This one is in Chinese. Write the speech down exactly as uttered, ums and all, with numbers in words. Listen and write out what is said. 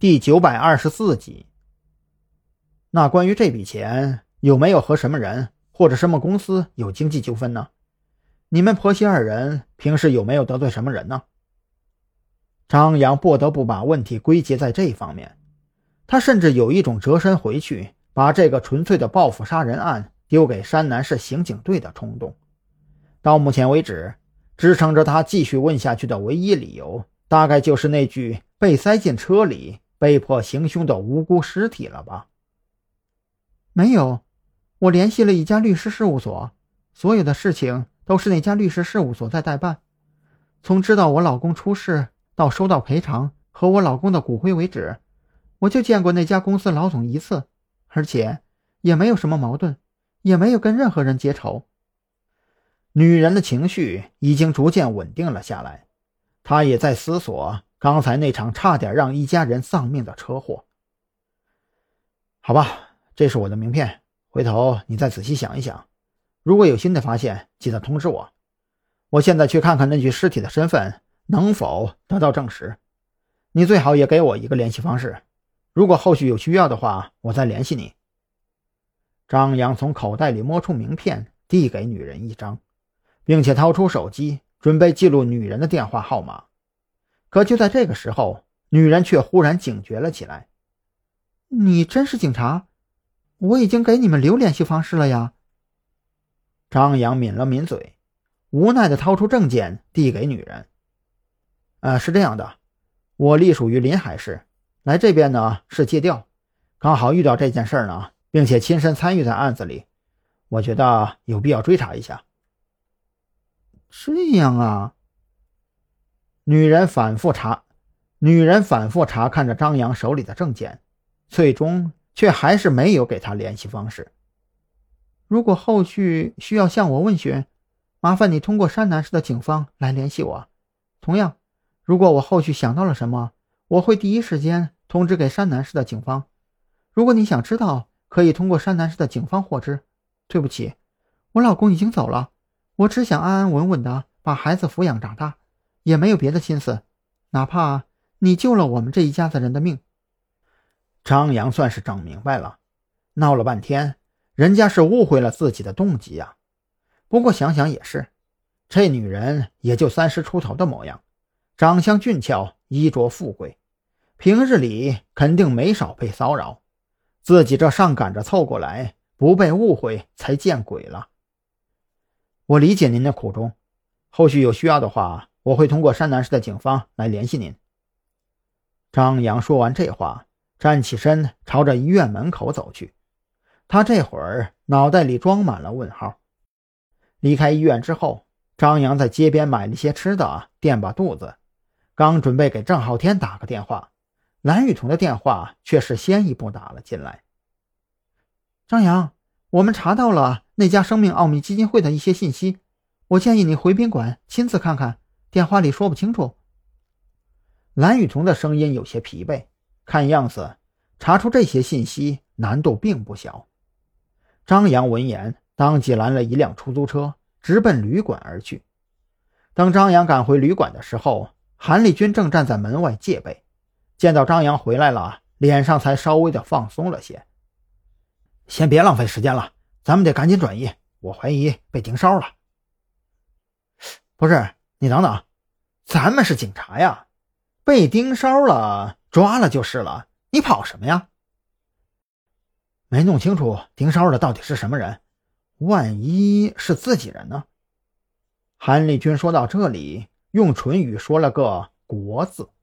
第九百二十四集。那关于这笔钱，有没有和什么人或者什么公司有经济纠纷呢？你们婆媳二人平时有没有得罪什么人呢？张扬不得不把问题归结在这方面，他甚至有一种折身回去把这个纯粹的报复杀人案丢给山南市刑警队的冲动。到目前为止，支撑着他继续问下去的唯一理由，大概就是那具被塞进车里被迫行凶的无辜尸体了吧。 没有，我联系了一家律师事务所，所有的事情都是那家律师事务所在代办。从知道我老公出事到收到赔偿和我老公的骨灰为止，我就见过那家公司老总一次，而且也没有什么矛盾，也没有跟任何人结仇。 女人的情绪已经逐渐稳定了下来，她也在思索刚才那场差点让一家人丧命的车祸。好吧，这是我的名片，回头你再仔细想一想，如果有新的发现，记得通知我。我现在去看看那具尸体的身份能否得到证实，你最好也给我一个联系方式，如果后续有需要的话，我再联系你。张扬从口袋里摸出名片，递给女人一张，并且掏出手机准备记录女人的电话号码。可就在这个时候，女人却忽然警觉了起来。 你真是警察？我已经给你们留联系方式了呀。 张扬抿了抿嘴，无奈地掏出证件递给女人。呃，是这样的，我隶属于临海市，来这边呢是借调，刚好遇到这件事呢，并且亲身参与在案子里，我觉得有必要追查一下。 这样啊。 女人反复查女人反复查看着张扬手里的证件，最终却还是没有给他联系方式。 如果后续需要向我问询，麻烦你通过山南市的警方来联系我。同样，如果我后续想到了什么，我会第一时间通知给山南市的警方。如果你想知道，可以通过山南市的警方获知。对不起，我老公已经走了，我只想安安稳稳的把孩子抚养长大，也没有别的心思，哪怕你救了我们这一家子人的命。 张扬算是整明白了，闹了半天，人家是误会了自己的动机呀。不过想想也是，这女人也就三十出头的模样，长相俊俏，衣着富贵，平日里肯定没少被骚扰，自己这上赶着凑过来，不被误会才见鬼了。我理解您的苦衷，后续有需要的话，我会通过山南市的警方来联系您。张扬说完这话，站起身朝着医院门口走去。他这会儿脑袋里装满了问号。离开医院之后，张扬在街边买了些吃的垫把肚子，刚准备给郑浩天打个电话，蓝雨桐的电话却是先一步打了进来。 张扬，我们查到了那家生命奥秘基金会的一些信息，我建议你回宾馆亲自看看，电话里说不清楚。 蓝雨桐的声音有些疲惫，看样子查出这些信息难度并不小。张扬闻言，当即拦了一辆出租车，直奔旅馆而去。等张扬赶回旅馆的时候，韩立军正站在门外戒备，见到张扬回来了，脸上才稍微的放松了些。先别浪费时间了，咱们得赶紧转移，我怀疑被盯梢了。不是，你等等，咱们是警察呀，被盯梢了抓了就是了，你跑什么呀？没弄清楚盯梢的到底是什么人，万一是自己人呢？韩立军说到这里，用唇语说了个国字。